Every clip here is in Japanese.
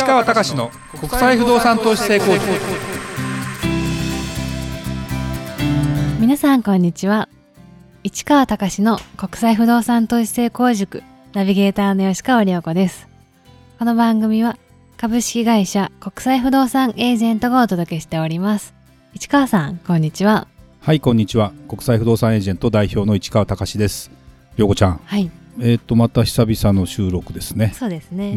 川隆の国際不動産投資成功塾。 皆さんこんにちは。市川隆の国際不動産投資成功塾ナビゲーターの吉川良子です。この番組は株式会社国際不動産エージェントがお届けしております。市川さんこんにちは。 はい、こんにちは。国際不動産エージェント代表の市川隆です。良子ちゃん、 はい、 また久々の収録ですね。 そうですね、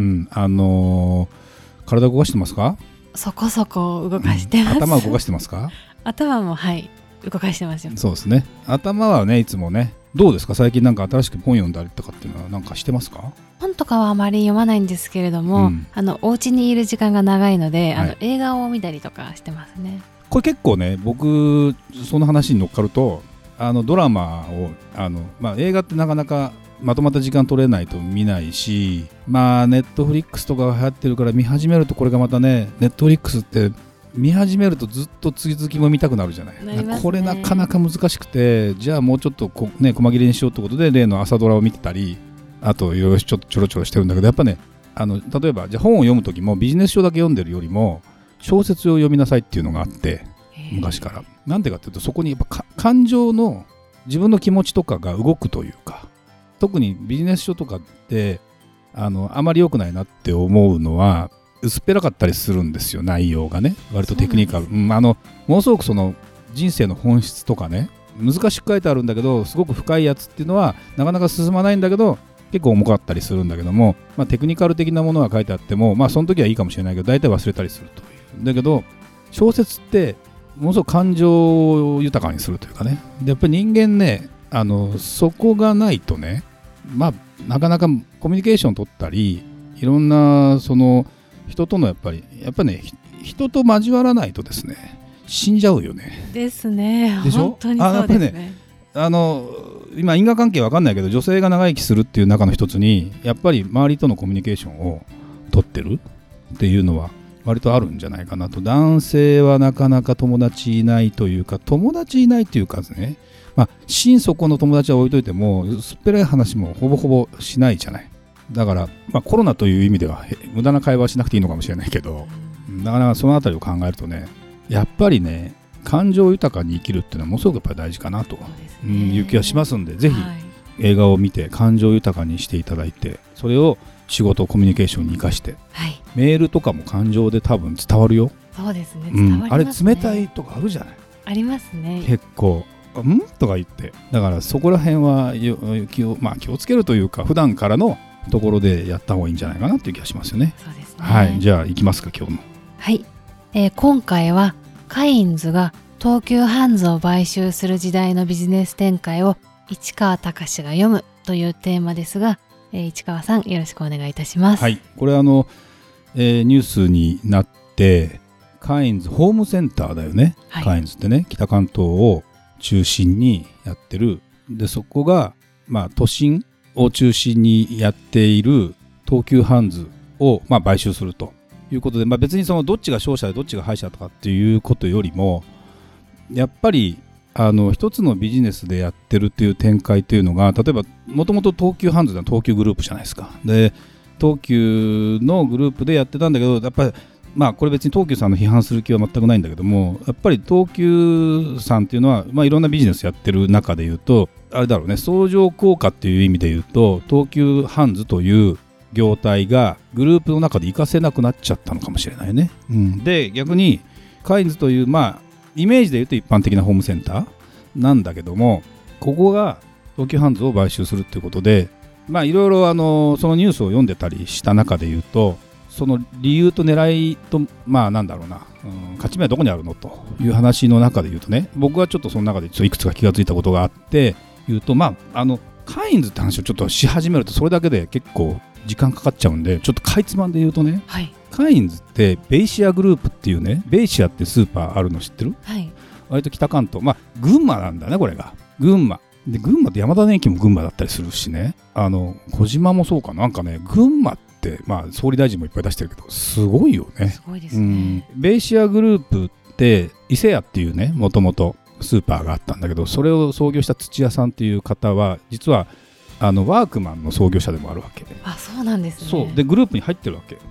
体動かしてますか？ そこそこ動かしてます、 頭動かしてますか？ 頭もはい動かしてますよ。 そうですね。頭はねいつもね。どうですか最近なんか新しく本読んだりとかっていうのはなんかしてますか？ 本とかはあまり読まないんですけれども、お家にいる時間が長いので、 はい、 映画を見たりとかしてますね。 これ結構ね僕その話に乗っかるとドラマを映画ってなかなかまとまった時間取れないと見ないし、ネットフリックスとかが流行ってるから見始めるとこれがまたね、ネットフリックスって見始めるとずっと次々も見たくなるじゃない。 なりますね。これなかなか難しくて、じゃあもうちょっと細切れにしようってことで例の朝ドラを見てたり、あといろいろちょろちょろしてるんだけど、やっぱね例えばじゃあ本を読むときもビジネス書だけ読んでるよりも小説を読みなさいっていうのがあって、昔からなんでかっていうと、そこにやっぱ感情の自分の気持ちとかが動くというか、特にビジネス書とかってあまり良くないなって思うのは薄っぺらかったりするんですよ。内容がね割とテクニカル、ものすごくその人生の本質とかね難しく書いてあるんだけど、すごく深いやつっていうのはなかなか進まないんだけど結構重かったりするんだけども、テクニカル的なものが書いてあってもその時はいいかもしれないけど大体忘れたりするという。だけど小説ってものすごく感情を豊かにするというかね。でやっぱり人間ねそこがないとね、なかなかコミュニケーション取ったりいろんなその人とのやっぱりね人と交わらないとですね死んじゃうよね。 ですね。 でしょ？ 本当にそうですね。 今因果関係わかんないけど女性が長生きするっていう中の一つにやっぱり周りとのコミュニケーションを取ってるっていうのは割とあるんじゃないかなと。男性はなかなか友達いないというか、友達いないというかですね、心底の友達は置いといても薄っぺらい話もほぼほぼしないじゃない。だから、コロナという意味では無駄な会話はしなくていいのかもしれないけど、なかなかそのあたりを考えるとね、やっぱりね感情豊かに生きるっていうのはものすごくやっぱり大事かなという気がしますんで、ぜひ映画を見て感情豊かにしていただいて、それを仕事コミュニケーションに生かして、メールとかも感情で多分伝わるよ。 そうですね、伝わりますね。 あれ冷たいとかあるじゃない。 ありますね。 結構とか言って、だからそこら辺は気をつけるというか普段からのところでやった方がいいんじゃないかなっていう気がしますよね。 そうですね。 はい、じゃあ行きますか今日の。 はい、今回はカインズが東急ハンズを買収する時代のビジネス展開を市川隆が読むというテーマですが、市川さんよろしくお願いいたします。 はい、これニュースになってカインズホームセンターだよね、カインズってね北関東を中心にやってる。でそこが、都心を中心にやっている東急ハンズを、買収するということで、別にそのどっちが勝者でどっちが敗者とかっていうことよりも、やっぱり一つのビジネスでやってるっていう展開というのが、例えばもともと東急ハンズは東急グループじゃないですか。で東急のグループでやってたんだけど、やっぱりこれ別に東急さんの批判する気は全くないんだけども、やっぱり東急さんっていうのは、いろんなビジネスやってる中でいうとあれだろうね、相乗効果っていう意味でいうと東急ハンズという業態がグループの中で活かせなくなっちゃったのかもしれないね、で逆にカインズというイメージでいうと一般的なホームセンターなんだけども、ここが東急ハンズを買収するということで、いろいろそのニュースを読んでたりした中でいうと、その理由と狙いとなんだろうな、勝ち目はどこにあるのという話の中で言うとね、僕はちょっとその中でいくつか気がついたことがあって言うと、カインズって話をちょっとし始めるとそれだけで結構時間かかっちゃうんで、ちょっとかいつまんで言うとね、カインズってベイシアグループっていうね、ベイシアってスーパーあるの知ってる？割と北関東、群馬なんだね、これが群馬で、群馬って山田電機も群馬だったりするしね、小島もそうかなんかね、群馬って総理大臣もいっぱい出してるけどすごいよね。 すごいですね。 ベイシアグループって伊勢屋っていうね、もともとスーパーがあったんだけど、それを創業した土屋さんっていう方は実はワークマンの創業者でもあるわけ。 あ、そうなんですね。 そうでグループに入ってるわけ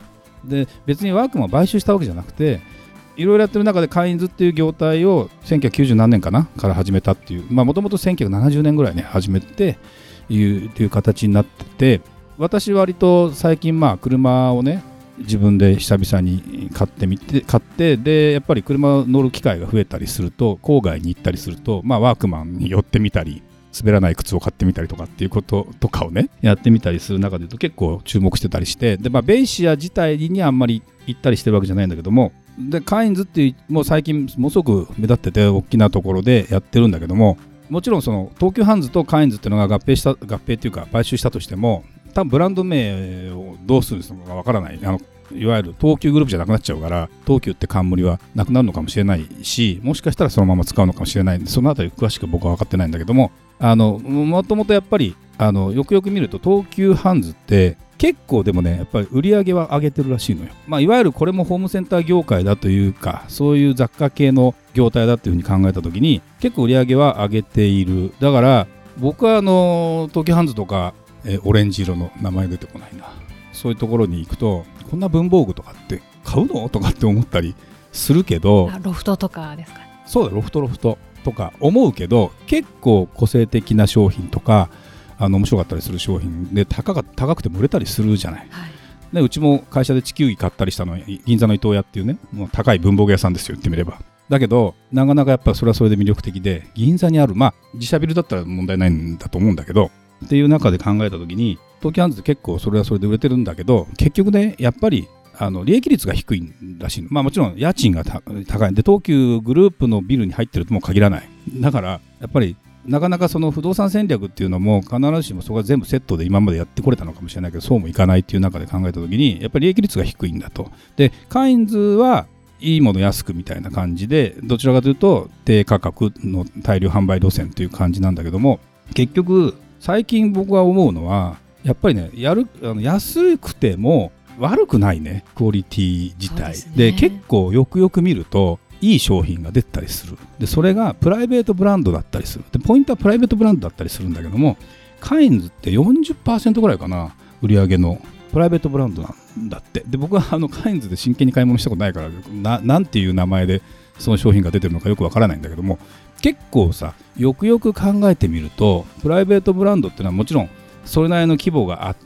で別にワークマンを買収したわけじゃなくて、いろいろやってる中でカインズっていう業態を1990何年かなから始めたっていう、もともと1970年ぐらいね始めていう形になってて、私割と最近車をね自分で久々に買ってでやっぱり車乗る機会が増えたりすると、郊外に行ったりすると、ワークマンに寄ってみたり、滑らない靴を買ってみたりとかっていうこととかをねやってみたりする中で言うと結構注目してたりして、でベイシア自体にあんまり行ったりしてるわけじゃないんだけども、でカインズっていうもう最近ものすごく目立ってて大きなところでやってるんだけども、もちろんその東急ハンズとカインズっていうのが合併っていうか買収したとしても、多分ブランド名をどうするのかわからない、いわゆる東急グループじゃなくなっちゃうから、東急って冠はなくなるのかもしれないし、もしかしたらそのまま使うのかもしれないんで、そのあたり詳しく僕は分かってないんだけども、もともとやっぱりよくよく見ると東急ハンズって結構でもねやっぱり売り上げは上げてるらしいのよ。いわゆるこれもホームセンター業界だというか、そういう雑貨系の業態だっていうふうに考えたときに結構売り上げは上げている。だから僕は東急ハンズとかオレンジ色の名前出てこないな、そういうところに行くとこんな文房具とかって買うのとかって思ったりするけど、 ロフトとかですか？ そうだ、ロフトとか思うけど、結構個性的な商品とか面白かったりする商品で高くても売れたりするじゃない、はい、でうちも会社で地球儀買ったりしたのは銀座の伊東屋っていうね、もう高い文房具屋さんですよ言ってみれば。だけどなかなかやっぱそれはそれで魅力的で、銀座にある自社ビルだったら問題ないんだと思うんだけどっていう中で考えた時に、東急ハンズって結構それはそれで売れてるんだけど、結局ねやっぱり利益率が低いらしいの。もちろん家賃が高いんで、東急グループのビルに入ってるとも限らない。だからやっぱりなかなかその不動産戦略っていうのも必ずしもそこが全部セットで今までやってこれたのかもしれないけど、そうもいかないっていう中で考えた時にやっぱり利益率が低いんだと。でカインズはいいもの安くみたいな感じで、どちらかというと低価格の大量販売路線という感じなんだけども、結局最近僕は思うのはやっぱりね安くても悪くないね、クオリティ自体 で結構よくよく見るといい商品が出たりする。でそれがプライベートブランドだったりする。でポイントはプライベートブランドだったりするんだけども、カインズって 40% ぐらいかな、売り上げのプライベートブランドなんだって。で僕はカインズで真剣に買い物したことないからなんていう名前でその商品が出てるのかよくわからないんだけども、結構さよくよく考えてみるとプライベートブランドっていうのはもちろんそれなりの規模があって、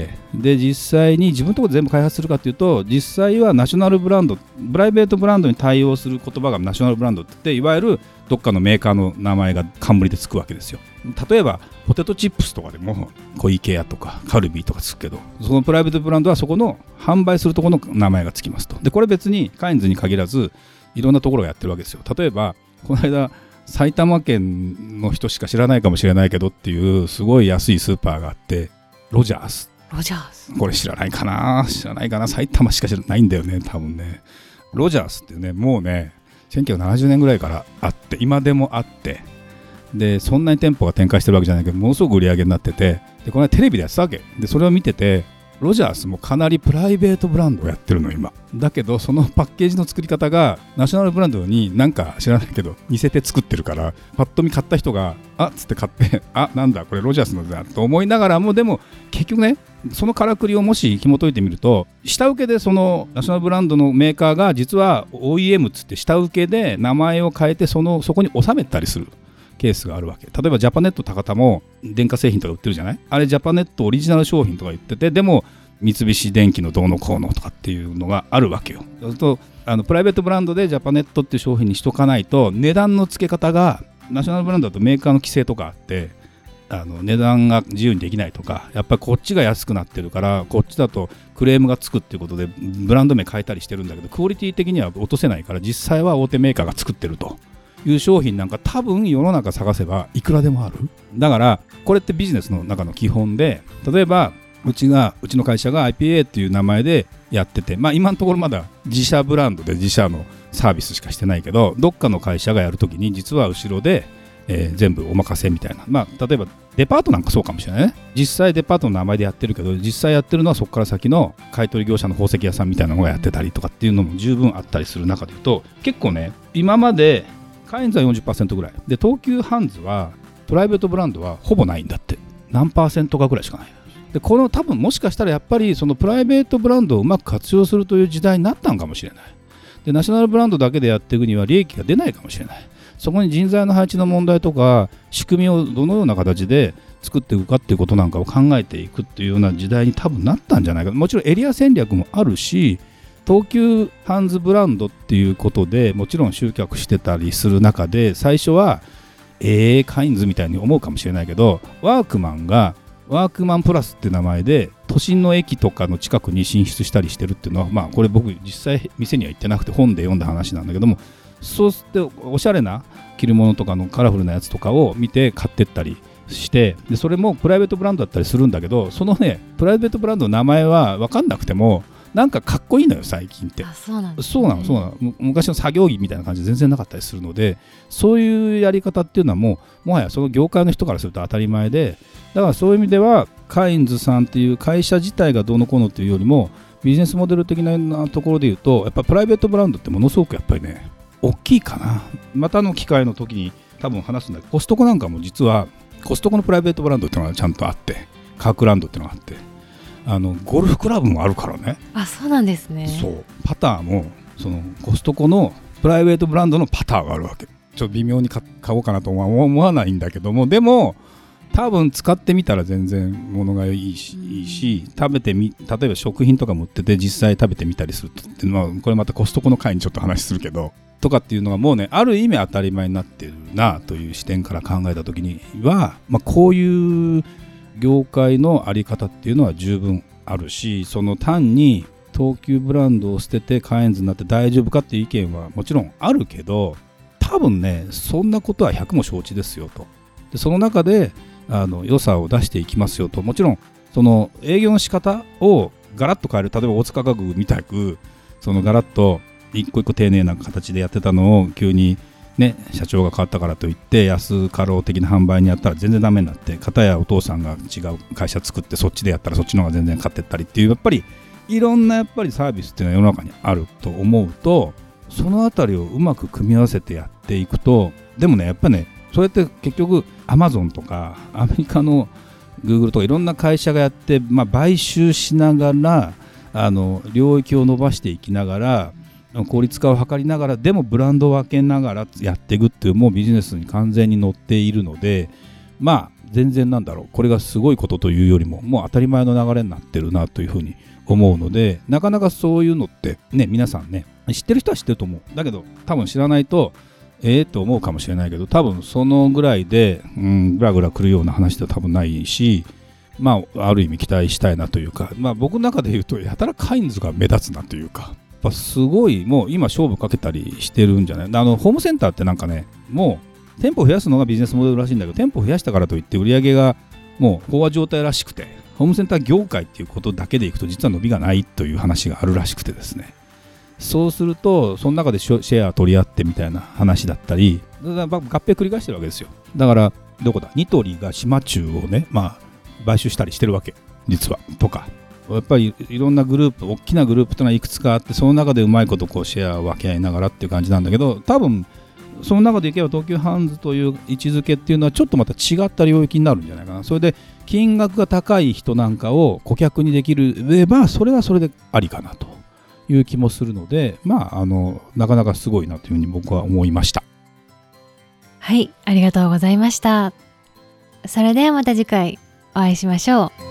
で実際に自分のところで全部開発するかというと、実際はナショナルブランド、プライベートブランドに対応する言葉がナショナルブランドって言って、いわゆるどっかのメーカーの名前が冠でつくわけですよ。例えばポテトチップスとかでも小池屋とかカルビーとかつくけど、そのプライベートブランドはそこの販売するところの名前がつきますと。でこれ別にカインズに限らずいろんなところがやってるわけですよ。例えばこの間埼玉県の人しか知らないかもしれないけどっていうすごい安いスーパーがあって、ロジャース。これ知らないかな、埼玉しか知らないんだよね多分ね。ロジャースってね、もうね1970年ぐらいからあって、今でもあって、でそんなに店舗が展開してるわけじゃないけどものすごく売り上げになってて、でこの間テレビでやってたわけで、それを見ててロジャースもかなりプライベートブランドをやってるの今。だけどそのパッケージの作り方がナショナルブランドになんか知らないけど似せて作ってるから、パッと見買った人があっつって買ってなんだこれロジャースのだと思いながらも、でも結局ねそのからくりをもし紐解いてみると、下請けでそのナショナルブランドのメーカーが実は OEM つって下請けで名前を変えてそこに収めたりするケースがあるわけ。例えばジャパネット高田も電化製品とか売ってるじゃない。あれジャパネットオリジナル商品とか言ってて、でも三菱電機のどうのこうのとかっていうのがあるわけよ。そうするとプライベートブランドでジャパネットっていう商品にしとかないと、値段の付け方がナショナルブランドだとメーカーの規制とかあって、値段が自由にできないとか、やっぱりこっちが安くなってるからこっちだとクレームがつくっていうことでブランド名変えたりしてるんだけど、クオリティ的には落とせないから、実際は大手メーカーが作ってるという商品なんか多分世の中探せばいくらでもある。だからこれってビジネスの中の基本で、例えばうちの会社が IPA っていう名前でやってて、今のところまだ自社ブランドで自社のサービスしかしてないけど、どっかの会社がやるときに実は後ろで、全部お任せみたいな、例えばデパートなんかそうかもしれないね。実際デパートの名前でやってるけど、実際やってるのはそこから先の買取業者の宝石屋さんみたいなのがやってたりとかっていうのも十分あったりする中でいうと、結構ね今までカインズは 40% ぐらいで、東急ハンズはプライベートブランドはほぼないんだって。何%かぐらいしかない。 でこの多分もしかしたらやっぱりそのプライベートブランドをうまく活用するという時代になったのかもしれない。でナショナルブランドだけでやっていくには利益が出ないかもしれない。そこに人材の配置の問題とか仕組みをどのような形で作っていくかっていうことなんかを考えていくっていうような時代に多分なったんじゃないか。もちろんエリア戦略もあるし、東急ハンズブランドっていうことでもちろん集客してたりする中で、最初はカインズみたいに思うかもしれないけど、ワークマンがワークマンプラスって名前で都心の駅とかの近くに進出したりしてるっていうのは、まあこれ僕実際店には行ってなくて本で読んだ話なんだけども、そうしておしゃれな着るものとかのカラフルなやつとかを見て買ってったりして、でそれもプライベートブランドだったりするんだけど、そのねプライベートブランドの名前は分かんなくてもなんかかっこいいのよ最近って。 そうなんですね。 そうなの昔の作業着みたいな感じで全然なかったりするので、そういうやり方っていうのはもはやその業界の人からすると当たり前で、だからそういう意味ではカインズさんっていう会社自体がどうのこうのっていうよりも、ビジネスモデル的なところでいうとやっぱプライベートブランドってものすごくやっぱりね大きいかな。またの機会の時に多分話すんだけど、コストコなんかも実はコストコのプライベートブランドっていうのがちゃんとあって、カークランドっていうのがあって、ゴルフクラブもあるからね。 あ、そうなんですね。 そうパターもそのコストコのプライベートブランドのパターがあるわけ。ちょっと微妙に買おうかなとは思わないんだけども、でも多分使ってみたら全然物がいいし、例えば食品とかも売ってて実際食べてみたりするっていうのは、これまたコストコの回にちょっと話するけどとかっていうのがもうね、ある意味当たり前になってるなという視点から考えた時には、こういう業界のあり方っていうのは十分あるし、その単に東急ブランドを捨ててカインズになって大丈夫かっていう意見はもちろんあるけど、多分ねそんなことは100も承知ですよと。でその中で良さを出していきますよと。もちろんその営業の仕方をガラッと変える、例えば大塚家具みたくそのガラッと一個一個丁寧な形でやってたのを急にね、社長が変わったからといって安かろう的な販売にやったら全然ダメになって、片やお父さんが違う会社作ってそっちでやったらそっちの方が全然買ってったりっていう、やっぱりいろんなやっぱりサービスっていうのは世の中にあると思うと、そのあたりをうまく組み合わせてやっていくと、でもねやっぱねそれって結局アマゾンとかアメリカのグーグルとかいろんな会社がやって、買収しながら領域を伸ばしていきながら効率化を図りながら、でもブランドを分けながらやっていくっていう、もうビジネスに完全に乗っているので、全然これがすごいことというよりももう当たり前の流れになってるなというふうに思うので、なかなかそういうのってね皆さんね知ってる人は知ってると思う。だけど多分知らないとと思うかもしれないけど、多分そのぐらいでぐらぐら来るような話では多分ないし、ある意味期待したいなというか、僕の中で言うとやたらカインズが目立つなというか、すごいもう今勝負かけたりしてるんじゃない。ホームセンターってなんかね、もう店舗増やすのがビジネスモデルらしいんだけど、店舗増やしたからといって売り上げがもう飽和状態らしくて、ホームセンター業界っていうことだけでいくと実は伸びがないという話があるらしくてですね、そうするとその中でシェア取り合ってみたいな話だったり、合併繰り返してるわけですよ。だからニトリが島忠をね買収したりしてるわけ実はとか、やっぱりいろんなグループ、大きなグループというのはいくつかあって、その中でうまいことシェアを分け合いながらっていう感じなんだけど、多分その中でいけば東急ハンズという位置づけっていうのはちょっとまた違った領域になるんじゃないかな。それで金額が高い人なんかを顧客にできればそれはそれでありかなという気もするので、なかなかすごいなというふうに僕は思いました。 はい、ありがとうございました。それではまた次回お会いしましょう。